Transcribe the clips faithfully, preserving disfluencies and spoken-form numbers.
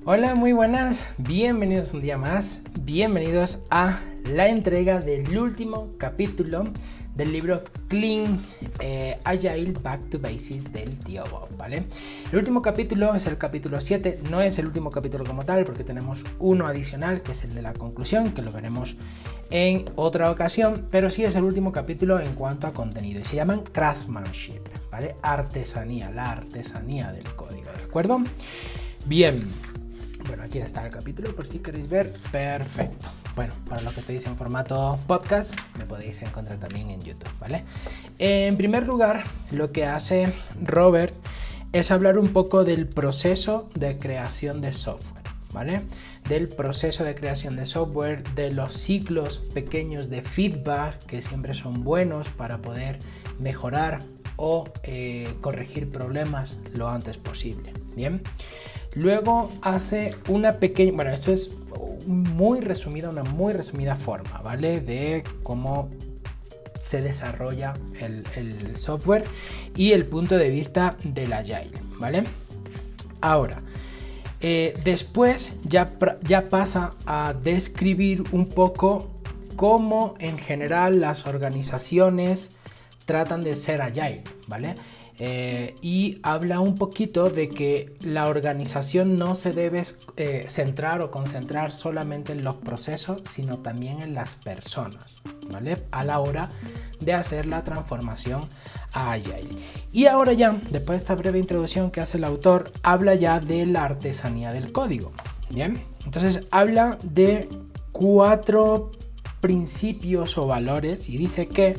Hola, muy buenas, bienvenidos un día más, bienvenidos a la entrega del último capítulo del libro Clean eh, Agile Back to Basics del tío Bob, ¿vale? El último capítulo es el capítulo siete, no es el último capítulo como tal porque tenemos uno adicional que es el de la conclusión, que lo veremos en otra ocasión, pero sí es el último capítulo en cuanto a contenido y se llaman Craftsmanship, ¿vale? Artesanía, la artesanía del código, ¿de acuerdo? Bien. Bueno, aquí está el capítulo por si queréis ver. Perfecto. Bueno, para los que estéis en formato podcast, me podéis encontrar también en YouTube, ¿vale? En primer lugar, lo que hace Robert es hablar un poco del proceso de creación de software, ¿vale? Del proceso de creación de software, de los ciclos pequeños de feedback que siempre son buenos para poder mejorar o eh, corregir problemas lo antes posible, ¿bien? Luego hace una pequeña, bueno, esto es muy resumida, una muy resumida forma, ¿vale? De cómo se desarrolla el, el software y el punto de vista del Agile, ¿vale? Ahora, eh, después ya, ya pasa a describir un poco cómo en general las organizaciones tratan de ser Agile, ¿vale? Eh, y habla un poquito de que la organización no se debe eh, centrar o concentrar solamente en los procesos, sino también en las personas, ¿vale? A la hora de hacer la transformación a Agile. Y ahora ya, después de esta breve introducción que hace el autor, habla ya de la artesanía del código, ¿bien? Entonces habla de cuatro principios o valores y dice que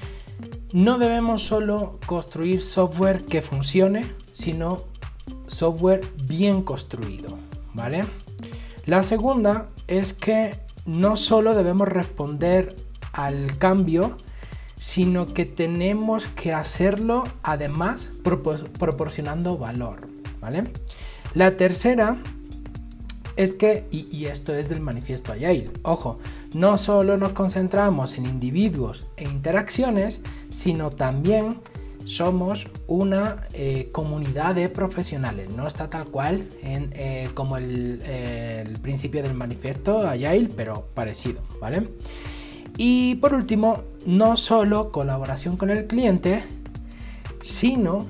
no debemos solo construir software que funcione, sino software bien construido, ¿vale? La segunda es que no solo debemos responder al cambio, sino que tenemos que hacerlo además propor- proporcionando valor, ¿vale? La tercera es que, y, y esto es del manifiesto Agile, ojo, no solo nos concentramos en individuos e interacciones, sino también somos una eh, comunidad de profesionales. No está tal cual en, eh, como el, eh, el principio del manifiesto Agile, pero parecido, ¿vale? Y por último, no solo colaboración con el cliente, sino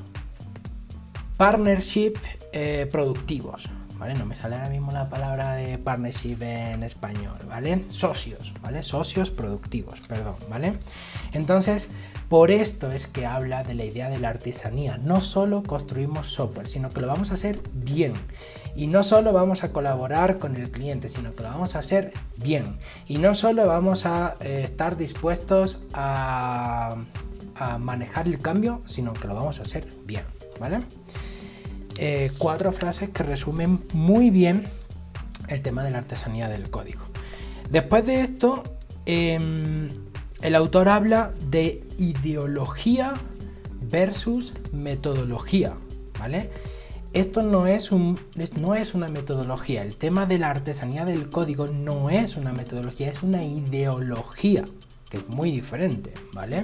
partnership eh, productivos. ¿Vale? No me sale ahora mismo la palabra de partnership en español, ¿vale? Socios, ¿vale? Socios productivos, perdón, ¿vale? Entonces, por esto es que habla de la idea de la artesanía. No solo construimos software, sino que lo vamos a hacer bien. Y no solo vamos a colaborar con el cliente, sino que lo vamos a hacer bien. Y no solo vamos a eh, estar dispuestos a, a manejar el cambio, sino que lo vamos a hacer bien, ¿vale? Eh, cuatro frases que resumen muy bien el tema de la artesanía del código. Después de esto, eh, el autor habla de ideología versus metodología, ¿vale? Esto no es, un, no es una metodología. El tema de la artesanía del código no es una metodología, es una ideología, que es muy diferente, ¿vale?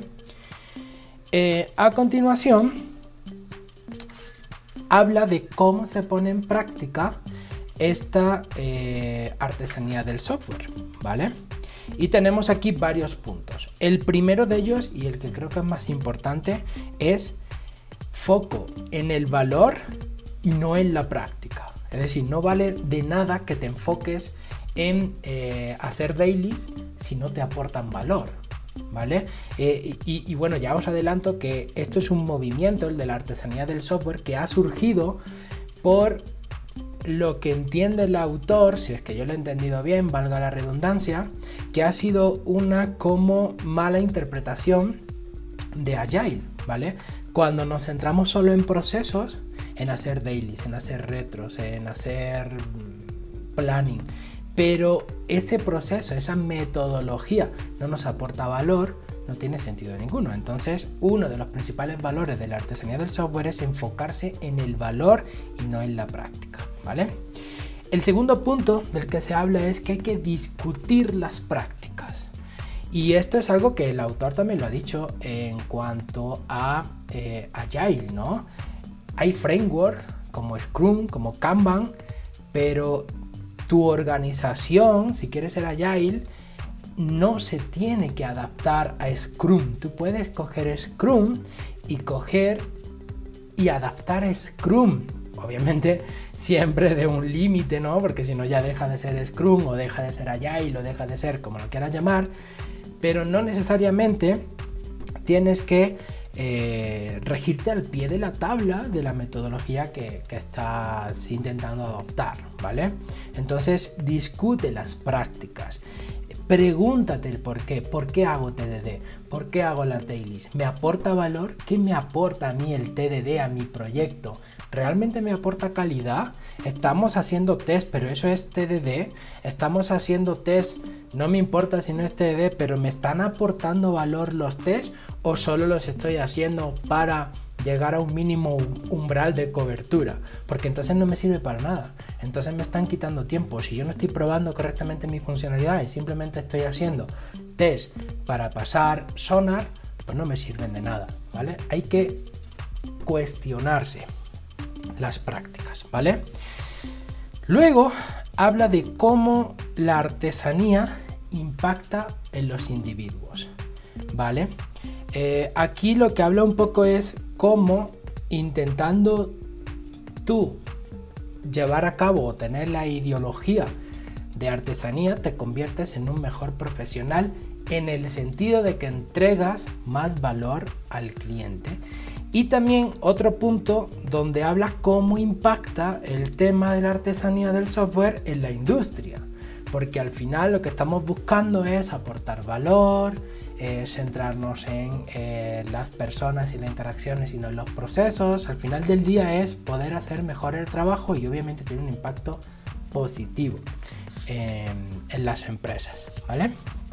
Eh, a continuación, habla de cómo se pone en práctica esta eh, artesanía del software, ¿vale? Y tenemos aquí varios puntos. El primero de ellos, y el que creo que es más importante, es foco en el valor y no en la práctica. Es decir, no vale de nada que te enfoques en eh, hacer dailies si no te aportan valor, ¿vale? Eh, y, y bueno, ya os adelanto que esto es un movimiento, el de la artesanía del software, que ha surgido por lo que entiende el autor, si es que yo lo he entendido bien, valga la redundancia, que ha sido una como mala interpretación de Agile, ¿vale? Cuando nos centramos solo en procesos, en hacer dailies, en hacer retros, en hacer planning, pero ese proceso, esa metodología no nos aporta valor, no tiene sentido ninguno. Entonces, uno de los principales valores de la artesanía del software es enfocarse en el valor y no en la práctica, ¿vale? El segundo punto del que se habla es que hay que discutir las prácticas. Y esto es algo que el autor también lo ha dicho en cuanto a eh, Agile, ¿no? Hay framework como Scrum, como Kanban, pero tu organización, si quieres ser Agile, no se tiene que adaptar a Scrum. Tú puedes coger Scrum y coger y adaptar Scrum. Obviamente siempre de un límite, ¿no? Porque si no ya deja de ser Scrum o deja de ser Agile o deja de ser como lo quieras llamar. Pero no necesariamente tienes que eh, regirte al pie de la tabla de la metodología que, que estás intentando adoptar, ¿vale? Entonces discute las prácticas. Pregúntate el por qué. ¿Por qué hago T D D? ¿Por qué hago la dailies? ¿Me aporta valor? ¿Qué me aporta a mí el T D D a mi proyecto? ¿Realmente me aporta calidad? Estamos haciendo test, pero eso es T D D. Estamos haciendo test, no me importa si no es T D D, pero ¿me están aportando valor los tests o solo los estoy haciendo para llegar a un mínimo umbral de cobertura? Porque entonces no me sirve para nada. Entonces me están quitando tiempo. Si yo no estoy probando correctamente mis funcionalidades y simplemente estoy haciendo test para pasar sonar, pues no me sirven de nada, ¿vale? Hay que cuestionarse las prácticas, ¿vale? Luego habla de cómo la artesanía impacta en los individuos, ¿vale? Eh, aquí lo que habla un poco es cómo intentando tú llevar a cabo o tener la ideología de artesanía te conviertes en un mejor profesional, en el sentido de que entregas más valor al cliente. Y también otro punto donde habla cómo impacta el tema de la artesanía del software en la industria, porque al final lo que estamos buscando es aportar valor, eh, centrarnos en eh, las personas y las interacciones y no en los procesos. Al final del día es poder hacer mejor el trabajo y obviamente tener un impacto positivo en, en las empresas, ¿vale?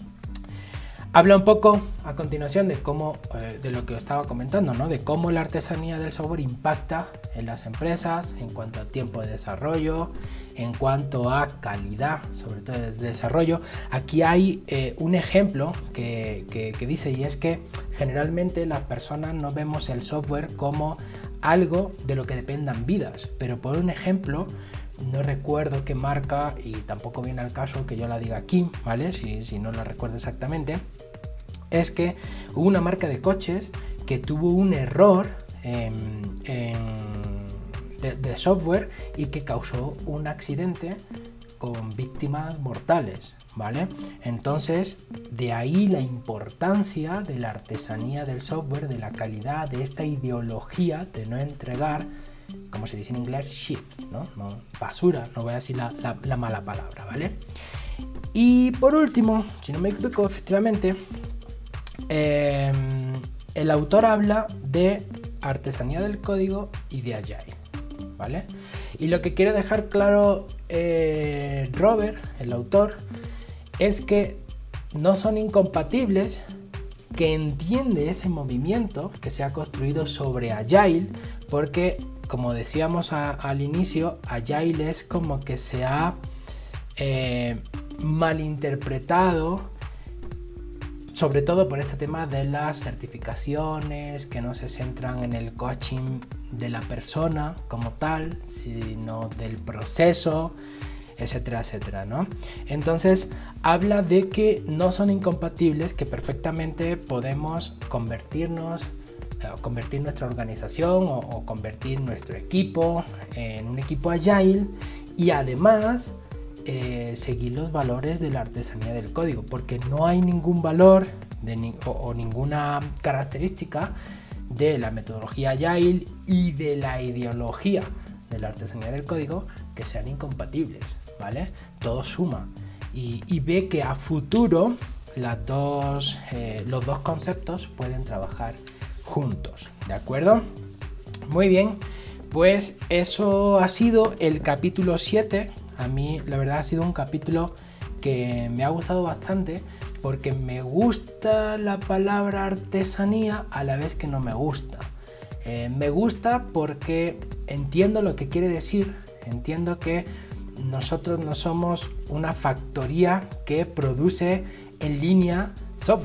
Habla un poco a continuación de cómo, eh, de lo que os estaba comentando, ¿no? De cómo la artesanía del software impacta en las empresas en cuanto a tiempo de desarrollo, en cuanto a calidad, sobre todo de desarrollo. Aquí hay eh, un ejemplo que, que, que dice, y es que generalmente las personas no vemos el software como algo de lo que dependan vidas, pero por un ejemplo, no recuerdo qué marca y tampoco viene al caso que yo la diga aquí, ¿vale? Si, si no la recuerdo exactamente, es que hubo una marca de coches que tuvo un error en, en, de, de software y que causó un accidente con víctimas mortales, ¿vale? Entonces, de ahí la importancia de la artesanía del software, de la calidad, de esta ideología de no entregar, como se dice en inglés, shit, ¿no? No, basura, no voy a decir la, la, la mala palabra, ¿vale? Y por último, si no me equivoco, efectivamente, eh, el autor habla de artesanía del código y de Agile, ¿vale? Y lo que quiere dejar claro eh, Robert, el autor, es que no son incompatibles, que entiende ese movimiento que se ha construido sobre Agile, porque como decíamos a, al inicio, Agile es como que se ha eh, malinterpretado, sobre todo por este tema de las certificaciones, que no se centran en el coaching de la persona como tal, sino del proceso, etcétera, etcétera, ¿no? Entonces, habla de que no son incompatibles, que perfectamente podemos convertirnos convertir nuestra organización o, o convertir nuestro equipo en un equipo Agile y además eh, seguir los valores de la artesanía del código, porque no hay ningún valor de ni, o, o ninguna característica de la metodología Agile y de la ideología de la artesanía del código que sean incompatibles, ¿vale? Todo suma y, y ve que a futuro las dos, eh, los dos conceptos pueden trabajar juntos, ¿de acuerdo? Muy bien, pues eso ha sido el capítulo siete. A mí la verdad ha sido un capítulo que me ha gustado bastante porque me gusta la palabra artesanía a la vez que no me gusta. Eh, me gusta porque entiendo lo que quiere decir, entiendo que nosotros no somos una factoría que produce en línea software.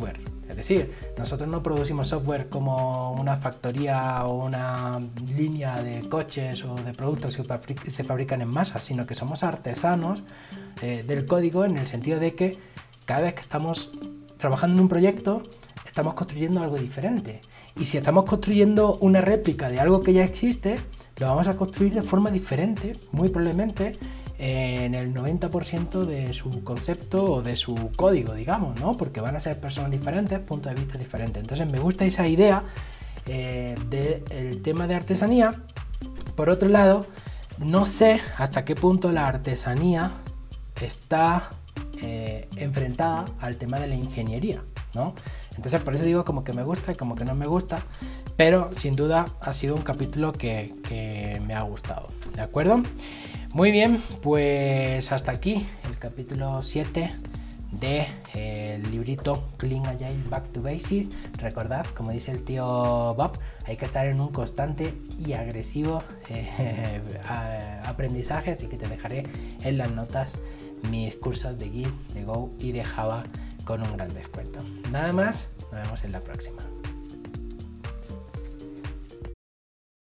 Es decir, nosotros no producimos software como una factoría o una línea de coches o de productos que se fabrican en masa, sino que somos artesanos eh, del código, en el sentido de que cada vez que estamos trabajando en un proyecto estamos construyendo algo diferente. Y si estamos construyendo una réplica de algo que ya existe, lo vamos a construir de forma diferente, muy probablemente en el noventa por ciento de su concepto o de su código, digamos, ¿no? Porque van a ser personas diferentes, puntos de vista diferentes. Entonces me gusta esa idea eh, del tema de artesanía. Por otro lado, no sé hasta qué punto la artesanía está eh, enfrentada al tema de la ingeniería, ¿no? Entonces por eso digo como que me gusta y como que no me gusta, pero sin duda ha sido un capítulo que, que me ha gustado, ¿de acuerdo? Muy bien, pues hasta aquí el capítulo siete del de, librito Clean Agile Back to Basics. Recordad, como dice el tío Bob, hay que estar en un constante y agresivo eh, aprendizaje, así que te dejaré en las notas mis cursos de Git, de Go y de Java con un gran descuento. Nada más, nos vemos en la próxima.